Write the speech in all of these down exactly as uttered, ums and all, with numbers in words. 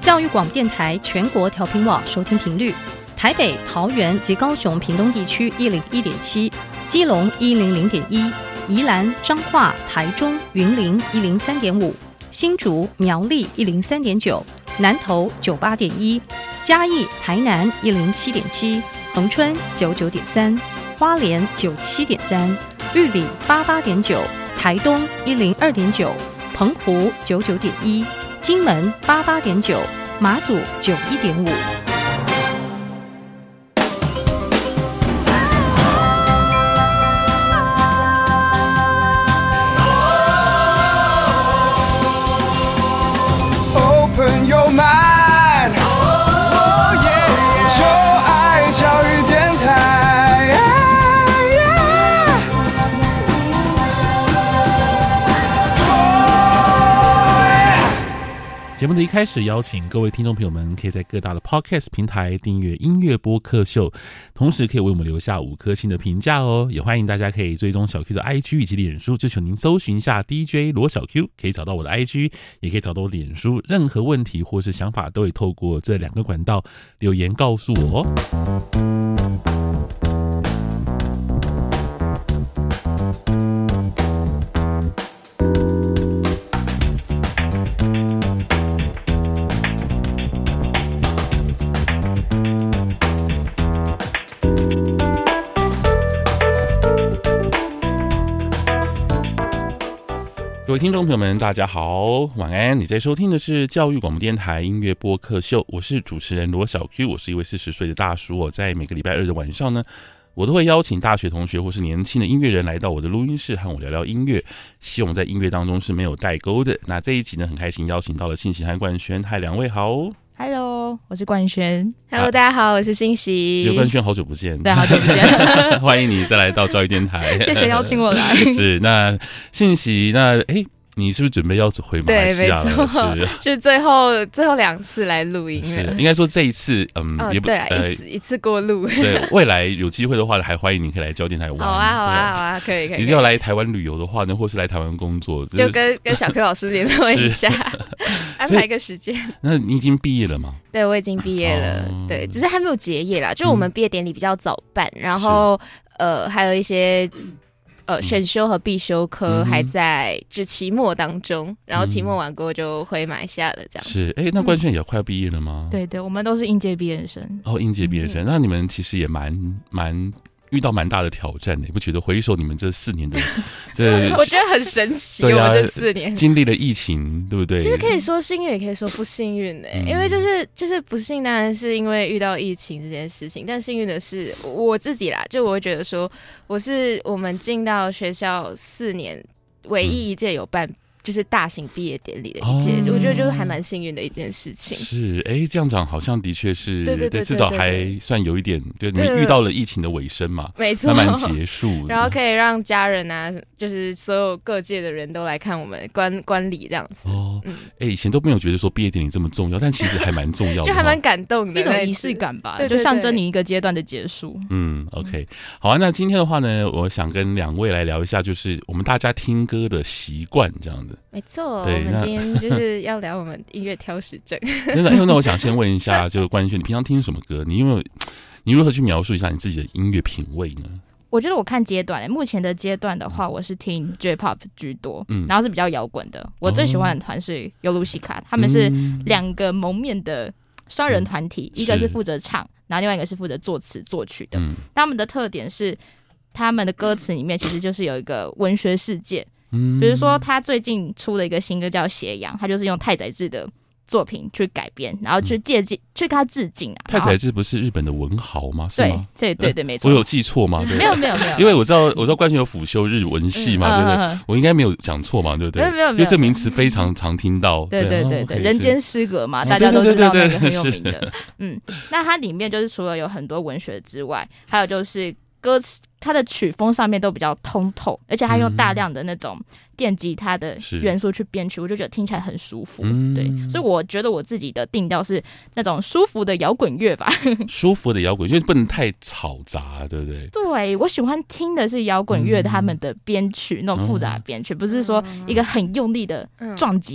教育广播电台全国调频网收听频率：台北、桃园及高雄屏东地区一零一点七，基隆一零零点一，宜兰、彰化、台中、云林一零三点五，新竹、苗栗一零三点九，南投九八点一，嘉义、台南一零七点七，恒春九九点三，花莲九七点三，玉里八八点九，台东一零二点九，澎湖九九点一，金门八八点九，马祖九一点五。 Open your mind, oh yeah， 就爱教育电台。 节目的一开始，邀请各位听众朋友们可以在各大的 Podcast 平台订阅音乐播客秀，同时可以为我们留下五颗星的评价哦。也欢迎大家可以追踪小 Q 的 I G 以及脸书，就求您搜寻一下 D J 罗小 Q， 可以找到我的 I G， 也可以找到我脸书。任何问题或是想法，都会透过这两个管道留言告诉我哦。各位听众朋友们大家好，晚安。你在收听的是教育广播电台音乐播客秀，我是主持人罗小 Q， 我是一位四十岁的大叔。我在每个礼拜二的晚上呢，我都会邀请大学同学或是年轻的音乐人来到我的录音室和我聊聊音乐，希望在音乐当中是没有代沟的。那这一集呢，很开心邀请到了信息和冠轩，嗨，两位好。 Hello， 我是冠轩。 Hello， 大家好，我是信息。 有冠轩，好久不见。 对，好久不见。 欢迎你再来到教育电台。 谢谢邀请我来。 是，那信息，那哎。你是不是准备要回马来西亚了？ 对，没错，是, 是最后最后两次来录音了。 是，应该说这一次，嗯， 哦、 也不对啊、 呃， 一次一次过路。 对，未来有机会的话，还欢迎你可以来教电台玩。 好啊，好啊，好啊，可以可以。 你要来台湾旅游的话呢，或是来台湾工作， 就跟跟小 Q 老师联络一下，安排一个时间。 那你已经毕业了吗？ 对，我已经毕业了，哦、对，只是还没有结业啦。就我们毕业典礼比较早办，嗯、然后呃，还有一些。呃，选修和必修科还在就期末当中，嗯、然后期末完过后就回马来西亚了，这样子。 是，哎、欸，那冠轩也快要毕业了吗？ 对对，我们都是应届毕业生。 哦，应届毕业生，嗯、那你们其实也蛮蛮。遇到蛮大的挑战，你不觉得？回首你们这四年的，这我觉得很神奇。 对啊， 我这四年经历了疫情，对不对？ 其实可以说幸运，也可以说不幸运的、欸嗯，因为就是就是不幸，当然是因为遇到疫情这件事情。但幸运的是我自己啦，就我会觉得说，我是我们进到学校四年唯一一届有办。嗯就是大型毕业典礼的一届、哦，我觉得就是还蛮幸运的一件事情。 是，哎，这样讲好像的确是， 对对 对, 对, 对, 对， 至少还算有一点，就你们遇到了疫情的尾声嘛， 没错， 慢慢结束， 然后可以让家人啊，就是所有各界的人都来看我们观观礼这样子。哦，哎、 嗯，以前都没有觉得说毕业典礼这么重要，但其实还蛮重要的， 就还蛮感动的， 一种仪式感吧， 对对对， 就象征你一个阶段的结束。 嗯 ，OK， 好啊，那今天的话呢，我想跟两位来聊一下，就是我们大家听歌的习惯这样的。 没错。我们今天就是要聊我们音乐挑食症。 真的，那我想先问一下，就冠轩，你平常听什么歌？你有没有？你如何去描述一下你自己的音乐品味呢？ 我觉得我看阶段，目前的阶段的话，我是听 J-pop 居多，嗯，然后是比较摇滚的。我最喜欢的团是尤卢西卡，他们是两个蒙面的双人团体，嗯、一个是负责唱，然后另外一个是负责作词作曲的。嗯、他们的特点是，他们的歌词里面其实就是有一个文学世界。比如说他最近出了一个新歌叫《斜阳》，他就是用太宰治的作品去改编，然后去借鉴、嗯、去跟他致敬啊。 太宰治不是日本的文豪吗？是吗？ 对对对，没错。 我有记错吗？对没有没有没有， 因为我知道我知道冠轩有辅修日文系嘛，嗯、对不对？嗯、我应该没有讲错嘛，对不对？ 没有没有没有， 因为这名词非常常听到。 对对对对，人间失格嘛，大家都知道那个很有名的。嗯，那它里面就是除了有很多文学之外，还有就是歌词，它的曲风上面都比较通透，而且它用大量的那种电吉他的元素去编曲，我就觉得听起来很舒服。嗯、对，所以我觉得我自己的定调是那种舒服的摇滚乐吧。 舒服的摇滚，就是不能太吵杂，对不对？ 对，我喜欢听的是摇滚乐他们的编曲、嗯，那种复杂的编曲，不是说一个很用力的撞击。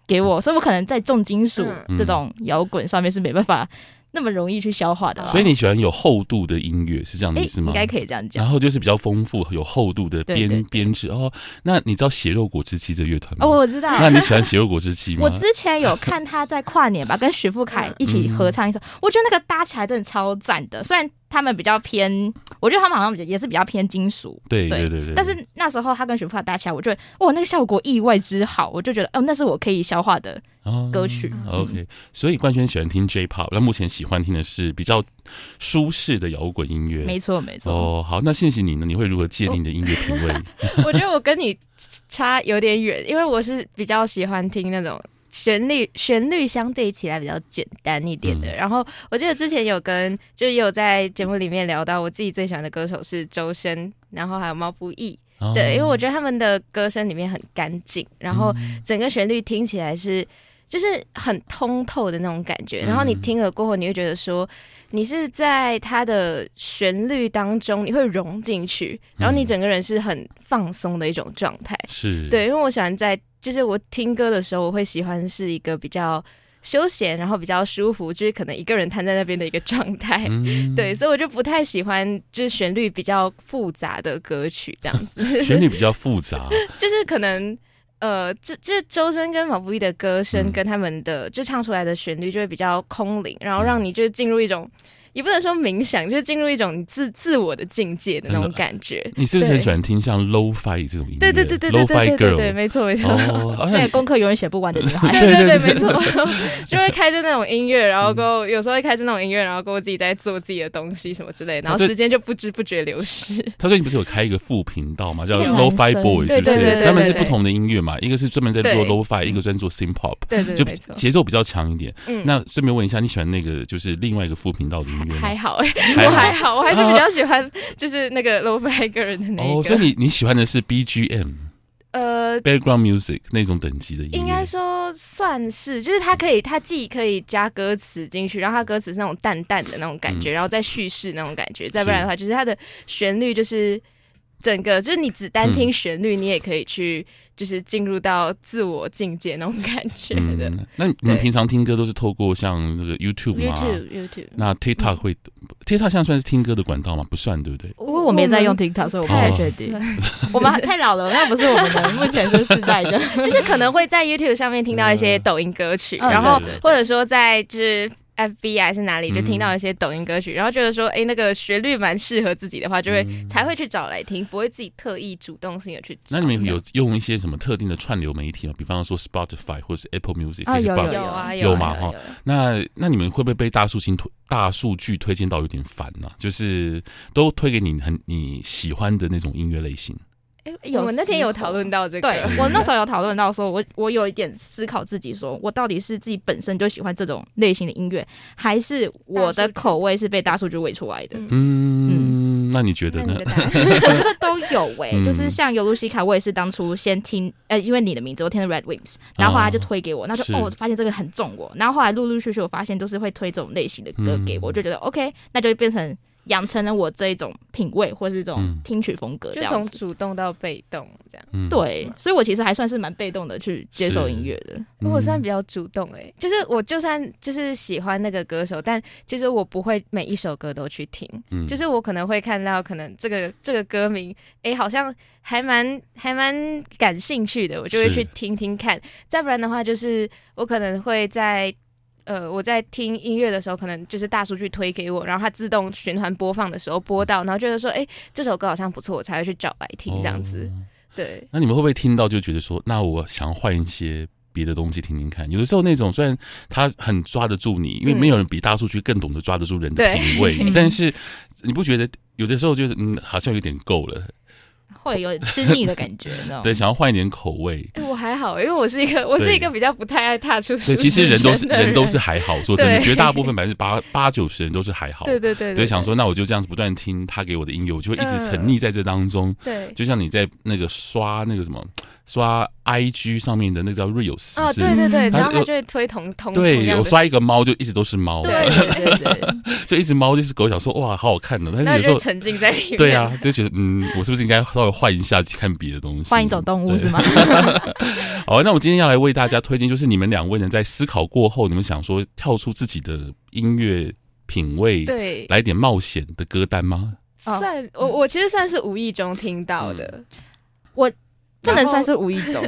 给我，所以我可能在重金属嗯这种摇滚上面是没办法那么容易去消化的。 所以你喜欢有厚度的音乐，是这样的意思吗？ 应该可以这样讲。 然后就是比较丰富、有厚度的编对对对编制哦。那你知道血肉果汁机这乐团吗？ 哦，我知道。 那你喜欢血肉果汁机吗？ 我之前有看他在跨年吧，跟许富凯一起合唱一首，我觉得那个搭起来真的超赞的。虽然他们比较偏，我觉得他们好像也是比较偏金属， 对对对对。 但是那时候他跟许富凯搭起来，我觉得哇，那个效果意外之好，我就觉得哦，那是我可以消化的歌曲。 哦、OK， 所以冠轩喜欢听 J-Pop， 那目前喜欢听的是比较舒适的摇滚音乐。 没错没错。 哦，好，那谢谢你呢？你会如何界定你的音乐品味？ 我觉得我跟你差有点远，因为我是比较喜欢听那种旋律旋律相对起来比较简单一点的。嗯、然后我记得之前有跟就是也有在节目里面聊到，我自己最喜欢的歌手是周深，然后还有毛不易。哦、对，因为我觉得他们的歌声里面很干净，然后整个旋律听起来是就是很通透的那种感觉。然后你听了过后，你会觉得说你是在他的旋律当中，你会融进去，然后你整个人是很放松的一种状态。是，对，因为我喜欢在。就是我听歌的时候，我会喜欢是一个比较休闲，然后比较舒服，就是可能一个人瘫在那边的一个状态。嗯、对，所以我就不太喜欢就是旋律比较复杂的歌曲这样子。 旋律比较复杂， 就是可能呃，这这周深跟毛不易的歌声跟他们的、嗯、就唱出来的旋律就会比较空灵，然后让你就进入一种。也不能说冥想，就是进入一种自自我的境界的那种感觉。 你是不是很喜欢听像 Lo-Fi 这种音乐？ 对对对对对对 Lo-Fi Girl， 对，没错没错。 哦， 那功课永远写不完的女孩。 对对对，没错。就会开着那种音乐，然后过后有时候会开着那种音乐，然后过后自己在做自己的东西什么之类的，然后时间就不知不觉流失。 他最近不是有开一个副频道嘛，叫 Lo-Fi Boy， 是不是？他们是不同的音乐嘛，一个是专门在做 Lo-Fi， 一个专做 Synth Pop， 对对， 就节奏比较强一点。那顺便问一下，你喜欢那个就是另外一个副频道的音乐吗？ 还好哎。我还好，我还是比较喜欢就是那个 Lo-Fi Girl 的那个。 哦，所以你你喜欢的是 B G M， 呃 ，background music 那种等级的音乐。 应该说算是，就是它可以，它既可以加歌词进去，然后它歌词是那种淡淡的那种感觉，嗯、然后再叙事那种感觉。再不然的话，就是它的旋律就是整个，就是你只单听旋律，嗯、你也可以去。就是进入到自我境界那种感觉的。 嗯、那你们平常听歌都是透过像那个 YouTube 吗 ？YouTube YouTube。 那 TikTok 会、嗯、TikTok 现在算是听歌的管道吗？不算，对不对？ 因为我没在用 TikTok， 所以我不太确定。我们太老了，那不是我们的目前是世代的， 就是可能会在 YouTube 上面听到一些抖音歌曲，嗯、然后或者说在就是。F B 还是哪里就听到一些抖音歌曲，嗯、然后觉得说，哎、欸，那个旋律蛮适合自己的话，就会、嗯、才会去找来听，不会自己特意主动性的去找。 那你们有用一些什么特定的串流媒体吗？比方说 Spotify 或者是 Apple Music， 啊，有有有啊， 有嘛哈。那那你们会不会被大数据推大数据推荐到有点烦呢、啊？就是都推给你很你喜欢的那种音乐类型。 欸、我们那天有讨论到这个， 对我那时候有讨论到说我，我我有一点思考自己说，说我到底是自己本身就喜欢这种类型的音乐，还是我的口味是被大数据喂出来的？嗯， 嗯那你觉得呢？ 我觉得都有诶、欸，嗯、就是像尤露西卡，我也是当初先听，呃，因为你的名字我听了 Red Wimps， 然后后来他就推给我，然后就哦，我发现这个很中我，然后后来陆陆续续我发现都是会推这种类型的歌给我，嗯、我就觉得 OK， 那就变成。养成了我这一种品味或是这种听曲风格，这样子， 就从主动到被动这样。 嗯、 对，所以我其实还算是蛮被动的去接受音乐的。 嗯、我算比较主动哎、欸，就是我就算就是喜欢那个歌手，但其实我不会每一首歌都去听，嗯、就是我可能会看到可能这个这个歌名，哎、欸，好像还蛮还蛮感兴趣的，我就会去听听看。再不然的话，就是我可能会在。呃，我在听音乐的时候，可能就是大数据推给我，然后它自动循环播放的时候播到，然后觉得说，哎、欸，这首歌好像不错，我才会去找来听这样子。哦、对。 那你们会不会听到就觉得说，那我想换一些别的东西听听看？有的时候那种虽然它很抓得住你，因为没有人比大数据更懂得抓得住人的品味，嗯、但是你不觉得有的时候就是嗯，好像有点够了。 会有吃腻的感觉， 对，想要换一点口味。 欸、我还好，因为我是一个我是一个比较不太爱踏出舒适圈的人。 对，其实人都是人都是还好，说真的，绝大部分百分之八八九十人都是还好。 对对 对, 对, 对，想说那我就这样子不断听他给我的音乐，我就会一直沉溺在这当中。嗯、 对， 就像你在那个刷那个什么。刷 I G 上面的那个叫 Reels 哦，对对对，然后他就会推同同对，有刷一个猫就一直都是猫， 对对对， 就一直猫就是狗，想说哇好好看的，但是有时候沉浸在里面， 对啊，就觉得嗯，我是不是应该稍微换一下去看别的东西， 换一种动物是吗？ 好，那我今天要来为大家推荐，就是你们两位人在思考过后，你们想说跳出自己的音乐品味， 对， 来点冒险的歌单吗？ 算我我其实算是无意中听到的， 嗯、我不能算是无意中。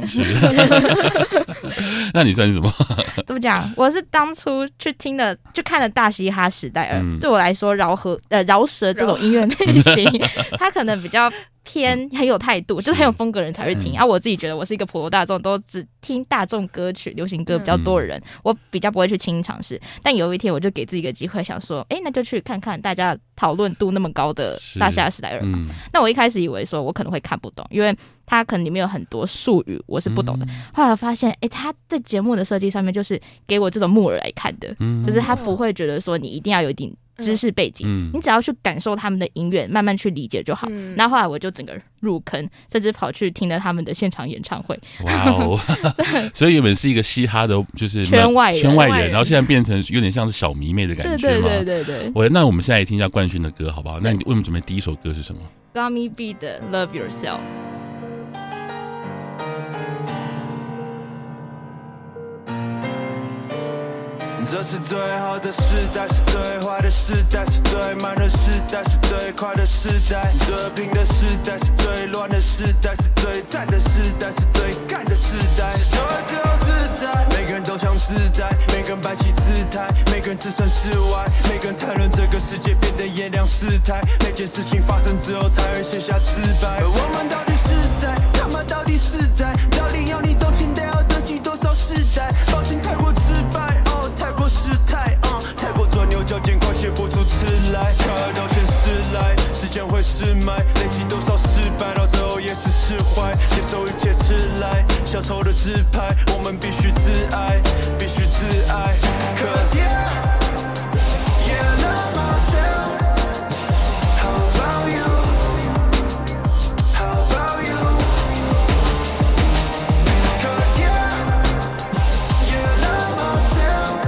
那你算是什么？ 怎么讲？我是当初去听的，就看了《大嘻哈时代二》嗯，对我来说，饶河呃饶舌这种音乐类型，它可能比较偏很有态度，就是很有风格的人才会听、嗯、啊。我自己觉得我是一个普罗大众，都只听大众歌曲、流行歌比较多的人，嗯、我比较不会去轻易尝试。但有一天，我就给自己一个机会，想说，哎，那就去看看大家讨论度那么高的《大嘻哈时代二》嘛、嗯。那我一开始以为说我可能会看不懂，因为它可能里面有很多术语我是不懂的。嗯、后来发现，哎，他在节目的设计上面就是给我这种木耳来看的，嗯、就是他不会觉得说你一定要有一定知识背景、嗯，你只要去感受他们的音乐，慢慢去理解就好。嗯、然后后来我就整个入坑，甚至跑去听了他们的现场演唱会。哇哦！ 所以原本是一个嘻哈的，就是圈外人圈外人，然后现在变成有点像是小迷妹的感觉嘛。 对对对对对。 我那我们现在来听一下冠勋的歌，好不好？那你为什么准备第一首歌是什么 ？Gummy B 的 Love Yourself。 这是最好的时代，是最坏的时代，是最慢的时代，是最快的时代，最平的时代，是最乱的时代，是最赞的时代，是最干的时代。是说自由自在，每个人都想自在，每个人摆起姿态，每个人置身事外，每个人谈论这个世界变得炎凉世态，每件事情发生之后才会写下自白。而我们到底是在，他们到底是在，到底要你动情得要得及多少时代？抱歉太过直白。太过失态，嗯，太过钻牛角尖，快写不出词来。快到现实来，时间会失脉，累积多少失败，到最后也是释怀。接受一切迟来，小丑的自拍，我们必须自爱，必须自爱。Cause yeah, yeah, love myself. How about you? How about you? Cause yeah, yeah, love myself.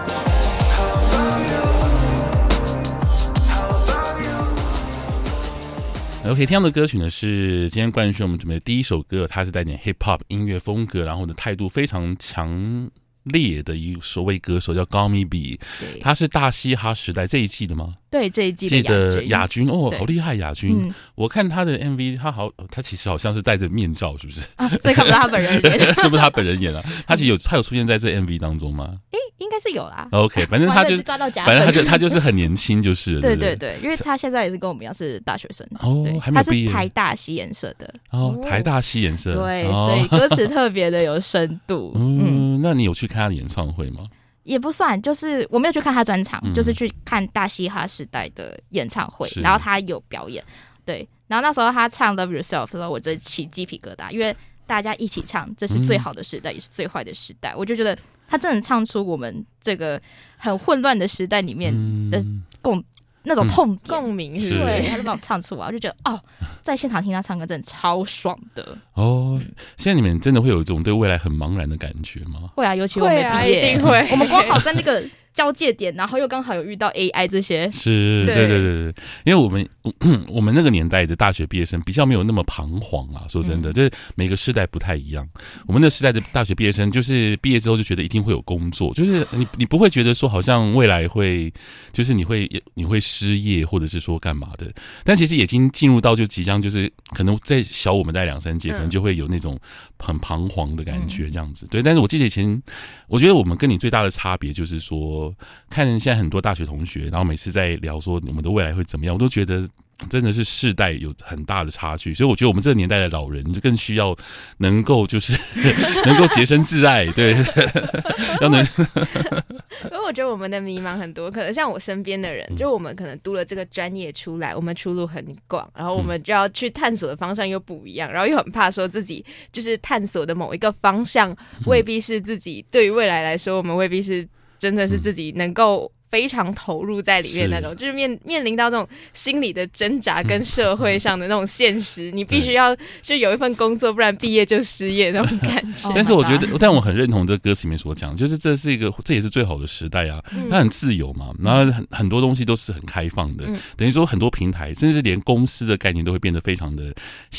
OK， 听到的歌曲呢是今天冠勋我们准备的第一首歌，它是带点 hip hop 音乐风格，然后呢态度非常强烈的一首位歌手叫 Gummy B， 他是大嘻哈时代这一季的吗？ 对，这一季的亚军， 亚军哦，好厉害亚军、嗯！我看他的 M V， 他好，他其实好像是戴着面罩，是不是？ 啊，所以看不到他本人脸， 这不是他本人演啊？他其实有，他有出现在这 M V 当中吗？ 诶，应该是有啦。 OK， 反正他就抓到假粉，反正他就他就是很年轻，就是了对对对对，因为他现在也是跟我们一样是大学生哦，还没有毕业， 他是台大西研社的哦，台大西研社， 对， 哦、 所以歌词特别的有深度。 嗯，嗯那你有去看他的演唱会吗？ 也不算，就是我没有去看他专场、嗯，就是去看大嘻哈时代的演唱会，然后他有表演，对，然后那时候他唱 Love Yourself 的时候，我真的起鸡皮疙瘩，因为大家一起唱，这是最好的时代，嗯、也是最坏的时代，我就觉得他真的唱出我们这个很混乱的时代里面的共。嗯那种痛点、 嗯、共鸣， 对，他就帮我唱出来，我就觉得哦，在现场听他唱歌真的超爽的。 哦，现在你们真的会有一种对未来很茫然的感觉吗？ 会啊，尤其我们毕业， 啊、一定会。 我们刚好在那个交界点，然后又刚好有遇到 A I 这些， 是，对对对对，因为我们我们那个年代的大学毕业生比较没有那么彷徨啊，说真的，嗯、就是每个世代不太一样。我们那时代的大学毕业生，就是毕业之后就觉得一定会有工作，就是你你不会觉得说好像未来会，就是你会你会失业或者是说干嘛的，但其实已经进入到就即将就是可能在小我们在两三届，可能就会有那种很彷徨的感觉这样子。对，但是我记得以前，我觉得我们跟你最大的差别就是说。看现在很多大学同学，然后每次在聊说我们的未来会怎么样，我都觉得真的是世代有很大的差距，所以我觉得我们这个年代的老人就更需要能够就是能够洁身自爱，对，要能。 因为我觉得我们的迷茫很多，可能像我身边的人，嗯、就我们可能读了这个专业出来，我们出路很广，然后我们就要去探索的方向又不一样，然后又很怕说自己就是探索的某一个方向未必是自己，对于未来来说，我们未必是。真的是自己能够非常投入在里面那种，是就是面面临到这种心理的挣扎跟社会上的那种现实，嗯、你必须要就有一份工作，不然毕业就失业那种感觉。 但是我觉得，但我很认同这歌词里面所讲，就是这是一个，这也是最好的时代啊，它很自由嘛，然后很很多东西都是很开放的，嗯、等于说很多平台，甚至是连公司的概念都会变得非常的小。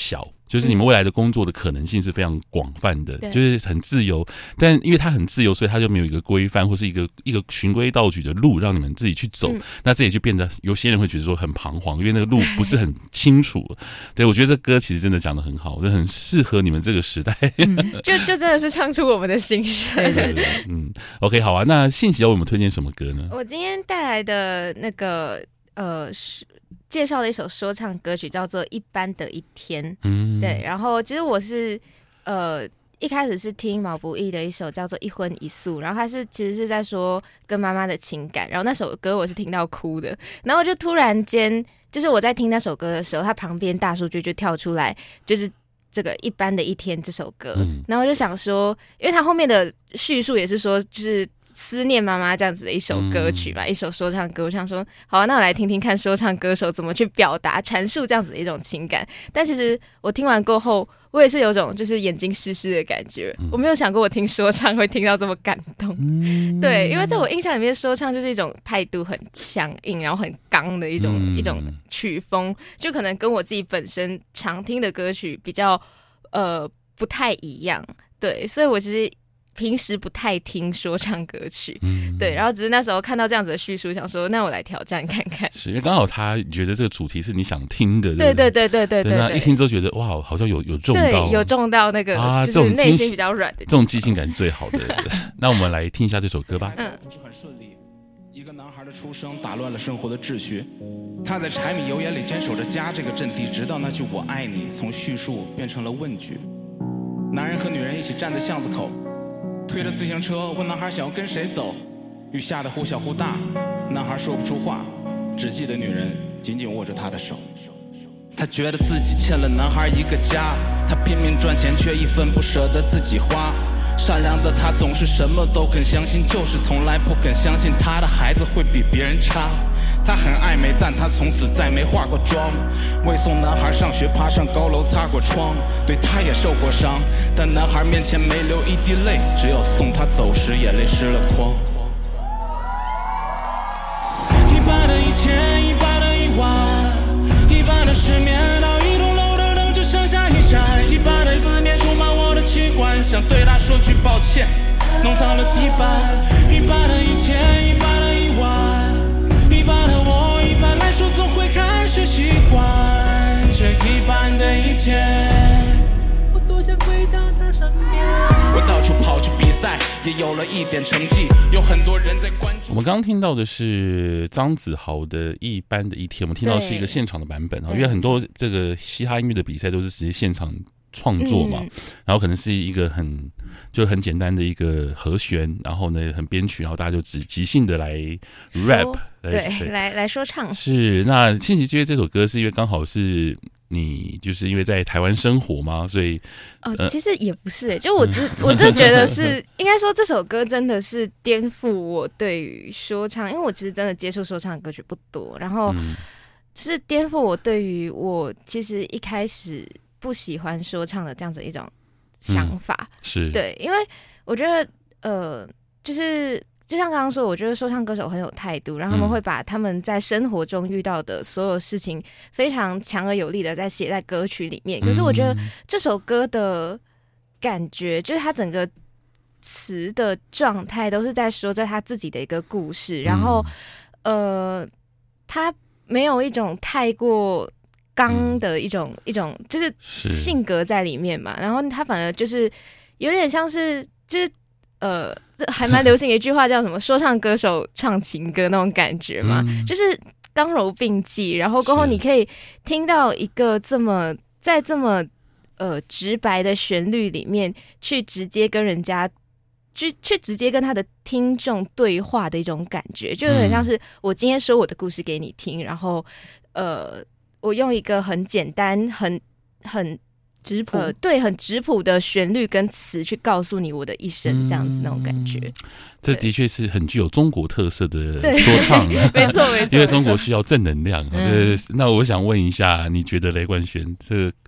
就是你们未来的工作的可能性是非常广泛的， 嗯、 就是很自由。但因为它很自由，所以它就没有一个规范或是一个一个循规蹈矩的路让你们自己去走。嗯、那这也就变得有些人会觉得说很彷徨，因为那个路不是很清楚。对，我觉得这歌其实真的讲得很好，就很适合你们这个时代。 嗯、就就真的是唱出我们的心声。 对对对，嗯 ，OK， 好啊。那信息要为我们推荐什么歌呢？ 我今天带来的那个呃。介绍了一首说唱歌曲，叫做《一般的一天》。嗯，对。然后其实我是呃一开始是听毛不易的一首叫做《一荤一素》，然后他是其实是在说跟妈妈的情感。然后那首歌我是听到哭的，然后就突然间，就是我在听那首歌的时候，他旁边大数据就跳出来，就是这个《一般的一天》这首歌。嗯、然后我就想说，因为他后面的叙述也是说，就是思念妈妈这样子的一首歌曲嘛，嗯、一首说唱歌。我想说，好啊，那我来听听看说唱歌手怎么去表达、阐述这样子的一种情感。但其实我听完过后，我也是有种就是眼睛湿湿的感觉。嗯、我没有想过我听说唱会听到这么感动。嗯、对，因为在我印象里面，说唱就是一种态度很强硬，然后很刚的一种、嗯、一种曲风，就可能跟我自己本身常听的歌曲比较呃不太一样。对，所以我其实平时不太听说唱歌曲，嗯、对，然后只是那时候看到这样子的叙述，想说那我来挑战看看。 是因为刚好他觉得这个主题是你想听的， 对对对对对对， 那一听之后觉得哇，好像有有中到， 对，有中到那个、啊、就是内心比较软的， 这种即兴感是最好的。那我们来听一下这首歌吧。 嗯，不是很顺利。一个男孩的出生打乱了生活的秩序，他在柴米油盐里坚守着家这个阵地，直到那句我爱你从叙述变成了问句。男人和女人一起站在巷子口，推着自行车问男孩想要跟谁走，雨下得忽小忽大，男孩说不出话，只记得女人紧紧握着他的手。他觉得自己欠了男孩一个家，他拼命赚钱却一分不舍得自己花，善良的他总是什么都肯相信，就是从来不肯相信他的孩子会比别人差。他很爱美，但他从此再没化过妆，为送男孩上学爬上高楼擦过窗，对他也受过伤，但男孩面前没流一滴泪，只有送他走时眼泪湿了眶。一般的一天，一般的一晚，一般的失眠，到一栋楼的灯只剩下一盏，一般的思念充满我的器官，想对他说句抱歉，弄脏了地板。一般的一天，一般的一晚，一般的我，一般来说总会开始习惯这一般的一天。我多想回到他身边，我到处跑去比赛，也有了一点成绩，有很多人在关注。 我们刚刚听到的是张子豪的一般的一天，我们听到是一个现场的版本，因为很多这个嘻哈音乐的比赛都是直接现场创作嘛，嗯、然后可能是一个很就很简单的一个和弦，然后呢很编曲，然后大家就只即兴的来 rap， 对，对来来说唱。 是那信息之约这首歌是因为刚好是你就是因为在台湾生活嘛，所以哦、呃，其实也不是、欸，就我只我真的觉得是应该说这首歌真的是颠覆我对于说唱，因为我其实真的接触说唱的歌曲不多，然后是颠覆我对于我其实一开始不喜欢说唱的这样子一种想法，嗯、 是对，因为我觉得呃，就是就像刚刚说，我觉得说唱歌手很有态度，然后他们会把他们在生活中遇到的所有事情非常强而有力的在写在歌曲里面。可是我觉得这首歌的感觉，就是他整个词的状态都是在说着他自己的一个故事，然后呃，他没有一种太过刚的一种、嗯、一种就是性格在里面嘛，然后他反而就是有点像是就是呃，还蛮流行的一句话叫什么说唱歌手唱情歌那种感觉嘛、嗯、就是刚柔并济，然后过后你可以听到一个这么在这么呃直白的旋律里面去直接跟人家去去直接跟他的听众对话的一种感觉，就有点像是我今天说我的故事给你听，然后呃我用一个很简单很很质朴、 呃、对，很质朴的旋律跟词去告诉你我的一生，这样子、嗯、那种感觉。 这的确是很具有中国特色的说唱， 没错没错， 因为中国需要正能量。嗯、那我想问一下，你觉得雷冠璇这个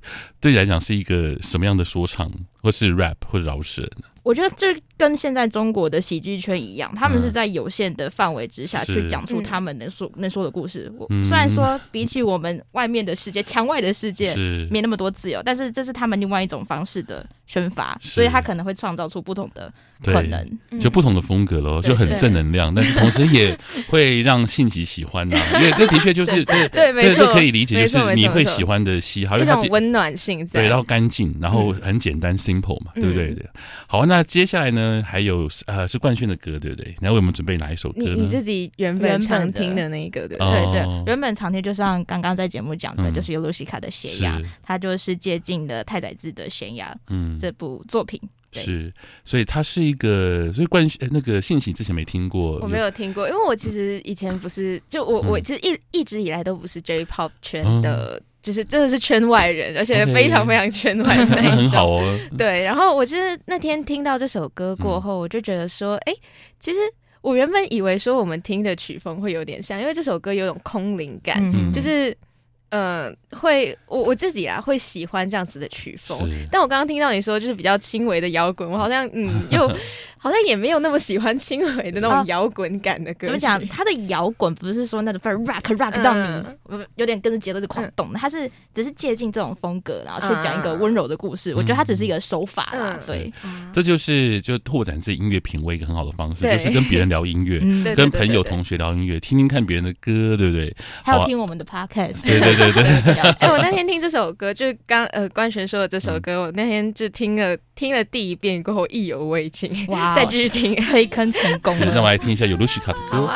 对你来讲是一个什么样的说唱，或是 rap 或者饶舌呢？ 我觉得这跟现在中国的喜剧圈一样，他们是在有限的范围之下去讲出他们能说、嗯、能说的故事。我、嗯、虽然说比起我们外面的世界、墙外的世界没那么多自由，但是这是他们另外一种方式的宣发，所以他可能会创造出不同的可能， 就不同的风格咯，就很正能量，但是同时也会让信吉喜欢呐、啊，因为这的确就是对对，没错，这可以理解，就是你会喜欢的嘻哈， 一种温暖性在， 对，然后干净，然后很简单、嗯、simple 嘛，对不对？嗯、好，那接下来呢？还有呃是冠轩的歌，对不对？然后为我们准备哪一首歌呢？ 你你自己原本常听的那一个，对不对？ 哦、对对，原本常听就像刚刚在节目讲的，嗯、就是尤露西卡的《斜阳》，它就是借鉴了太宰治的《悬崖》嗯这部作品。 是，所以它是一个，所以冠那个信喜之前没听过， 我没有听过，因为我其实以前不是，就我、嗯、我其实一一直以来都不是 J-pop 圈的。嗯就是真的是圈外人，而且非常非常圈外的那一种。 很好哦。 对，然后我就是那天听到这首歌过后，嗯、我就觉得说，哎、欸，其实我原本以为说我们听的曲风会有点像，因为这首歌有种空灵感，嗯、就是。呃，会我我自己啦，会喜欢这样子的曲风。但我刚刚听到你说就是比较轻微的摇滚，我好像嗯，又好像也没有那么喜欢轻微的那种摇滚感的歌曲。 怎么讲？它的摇滚不是说那种 rock rock 到你、嗯、有点跟着节奏就狂动，它是只是借鉴这种风格，然后去讲一个温柔的故事。嗯、我觉得它只是一个手法啦，嗯、对、 嗯。这就是就拓展自己音乐品味一个很好的方式，就是跟别人聊音乐，嗯、跟朋友同学聊音乐，听听看别人的歌，对不对？ 还有听我们的 podcast， 对对对。对对， 哎，我那天听这首歌，就是刚呃冠轩说的这首歌，嗯、我那天就听了听了第一遍过后意犹未尽，哇，再继续听， 推坑成功了。 那我来听一下尤露西卡的歌。好啊。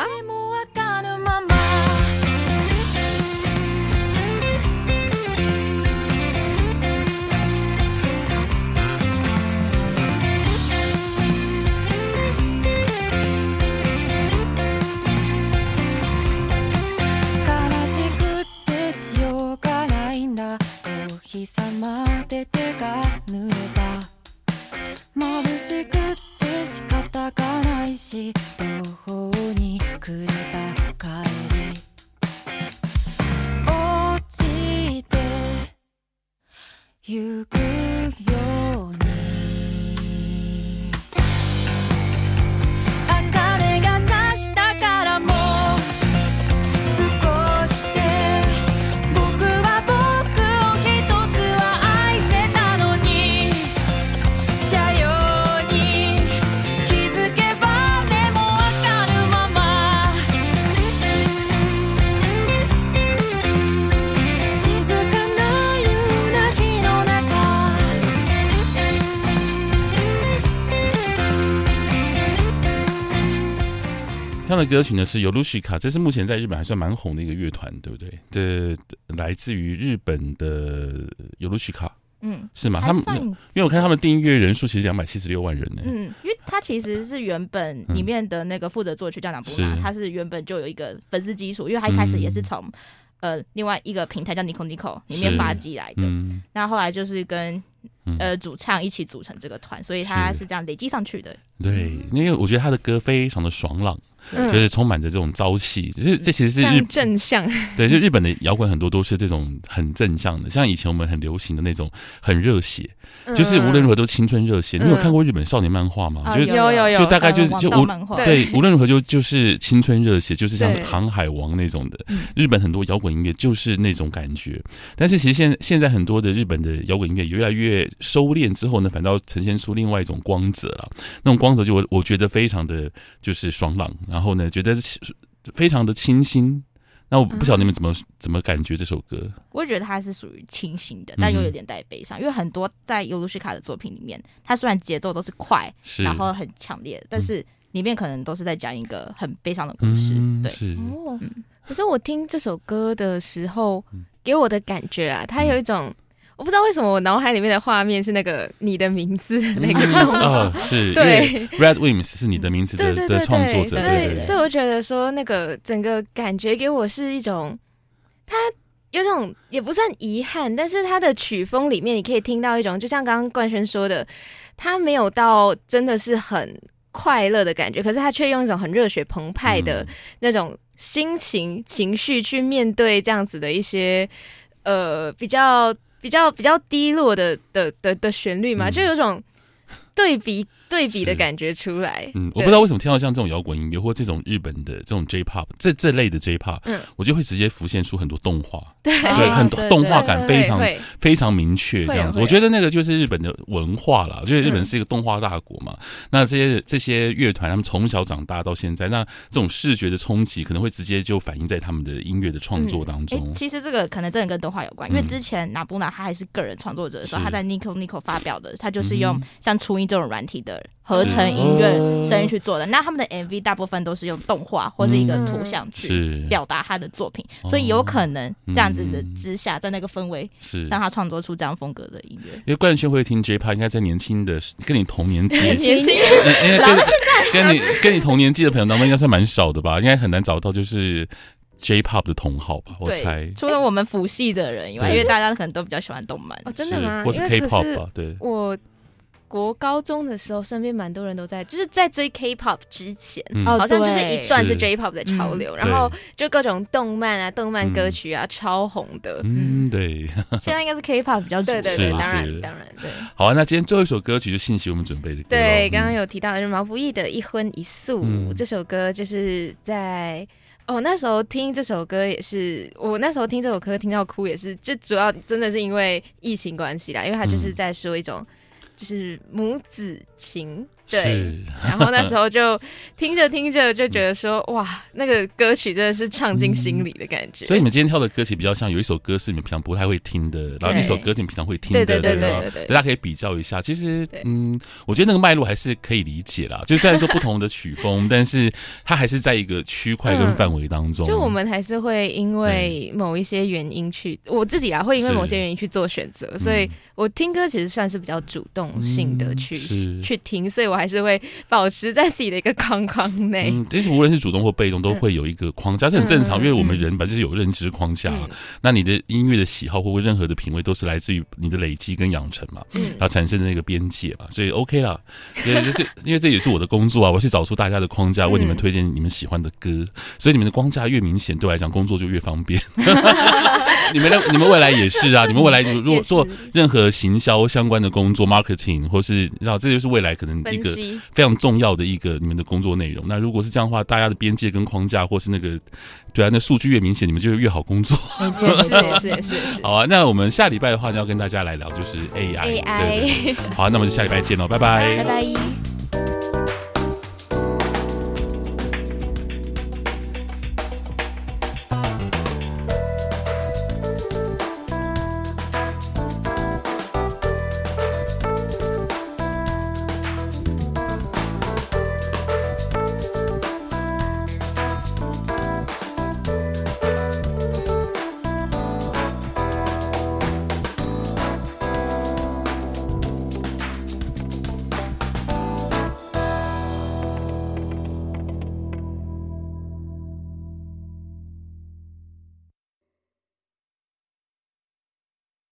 日様で手が濡れた眩しくて仕方がないし途方に暮れた帰り落ちてゆくように茜が差したからも这样的歌曲呢是尤露西卡，这是目前在日本还算蛮红的一个乐团，对不对？这来自于日本的尤露西卡，嗯，是吗？他们因为我看他们订阅人数其实两百七十六万人呢。 嗯，因为他其实是原本里面的那个负责作曲叫哪布拉，他是原本就有一个粉丝基础，因为他一开始也是从、嗯、呃另外一个平台叫 Nico Nico 里面发迹来的，嗯、那后来就是跟。呃，主唱一起组成这个团，所以他是这样累积上去的。 对，因为我觉得他的歌非常的爽朗，嗯、就是充满着这种朝气，就是这其实是日正向。 对，就日本的摇滚很多都是这种很正向的，像以前我们很流行的那种很热血，嗯、就是无论如何都青春热血。嗯、你有看过日本少年漫画吗？ 嗯、 就是有有有， 就大概就是、 呃、 就无对，无论如何就就是青春热血，就是像航海王那种的。日本很多摇滚音乐就是那种感觉，但是其实现现在很多的日本的摇滚音乐越来越收敛之后呢，反倒呈现出另外一种光泽了。那种光泽就我我觉得非常的就是爽朗，然后呢觉得非常的清新。那我不晓得你们怎么、嗯、怎么感觉这首歌？ 我觉得它是属于清新的，但又有点带悲伤，嗯、因为很多在尤露西卡的作品里面，它虽然节奏都是快，是然后很强烈，但是里面可能都是在讲一个很悲伤的故事。嗯、对， 是哦。嗯、可是我听这首歌的时候，给我的感觉啊，它有一种。嗯我不知道为什么我脑海里面的画面是那个你的名字那个动画、 嗯哦、是对 Red Wimps 是你的名字 的, 对对对对的创作者， 所以对对对所以我觉得说那个整个感觉给我是一种，它有种也不算遗憾，但是它的曲风里面你可以听到一种，就像刚刚冠轩说的，它没有到真的是很快乐的感觉，可是它却用一种很热血澎湃的那种心情、嗯、情绪去面对这样子的一些呃比较比较比较低落的的的的旋律嘛，嗯、就有种对比。对比的感觉出来， 嗯，我不知道为什么听到像这种摇滚音乐或这种日本的这种 J-pop 这这类的 J-pop，嗯，我就会直接浮现出很多动画， 对， 对，很多动画感非常非常明确这样子。我觉得那个就是日本的文化啦，我觉得日本是一个动画大国嘛，嗯、那这些这些乐团他们从小长大到现在，那这种视觉的冲击可能会直接就反映在他们的音乐的创作当中。 嗯欸、其实这个可能真的跟动画有关，因为之前拿布拿他还是个人创作者的时候，他在 Nico Nico 发表的，他就是用像初音这种软体的合成音乐声音去做的，那他们的 M V 大部分都是用动画或是一个图像去表达他的作品，嗯、所以有可能这样子的之下，在那个氛围让他创作出这样风格的音乐。 因为冠轩会听 J-pop， 应该在年轻的跟你同年纪， 年轻， 跟跟你跟你同年纪的朋友当中，应该算蛮少的吧？应该很难找到就是。J-pop 的同好吧，我猜。 除了我们辅系的人以外，因为大家可能都比较喜欢动漫。 哦，真的吗？ 或是 K-pop 吧，对。 我国高中的时候，身边蛮多人都在，就是在追 K-pop 之前，嗯、好像就是一段是 J-pop 的潮流，然后就各种动漫啊、动漫歌曲啊，嗯、超红的。 嗯，对。 现在应该是 K-pop 比较主流， 对对对，当然当然对。 好啊，那今天最后一首歌曲就信息我们准备的歌。 对，刚刚有提到的是毛不易的《一荤一素》，嗯、这首歌就是在。哦，那时候听这首歌也是，我那时候听这首歌听到哭也是，就主要真的是因为疫情关系啦，因为他就是在说一种就是母子情。对，然后那时候就听着听着就觉得说，哇，那个歌曲真的是唱进心里的感觉。 所以你们今天挑的歌曲比较像有一首歌是你们平常不太会听的，然后一首歌是你们平常会听的， 对对对对对， 大家可以比较一下。其实，嗯，我觉得那个脉络还是可以理解啦。就虽然说不同的曲风，但是它还是在一个区块跟范围当中。 就我们还是会因为某一些原因去，我自己啦会因为某些原因去做选择，所以我听歌其实算是比较主动性的去去听，所以我还是会保持在自己的一个框框内。 嗯，其实无论是主动或被动，都会有一个框架，这、嗯、很正常，因为我们人本来就是有认知框架、啊嗯。那你的音乐的喜好或任何的品味，都是来自于你的累积跟养成嘛，嗯、然后产生的那个边界嘛，所以 OK 啦。因为这因为这也是我的工作啊，我去找出大家的框架，为你们推荐你们喜欢的歌，嗯、所以你们的框架越明显，对我来讲工作就越方便。你们的你们未来也是啊，你们未来如果做任何行销相关的工作 ，marketing 或是然后这就是未来可能一个非常重要的一个你们的工作内容。那如果是这样的话，大家的边界跟框架或是那个对啊，那数据越明显，你们就越好工作。 没错，是是是。 好啊，那我们下礼拜的话，要跟大家来聊就是 A I。 A I。 好啊，那我们就下礼拜见喽，拜拜， 拜拜。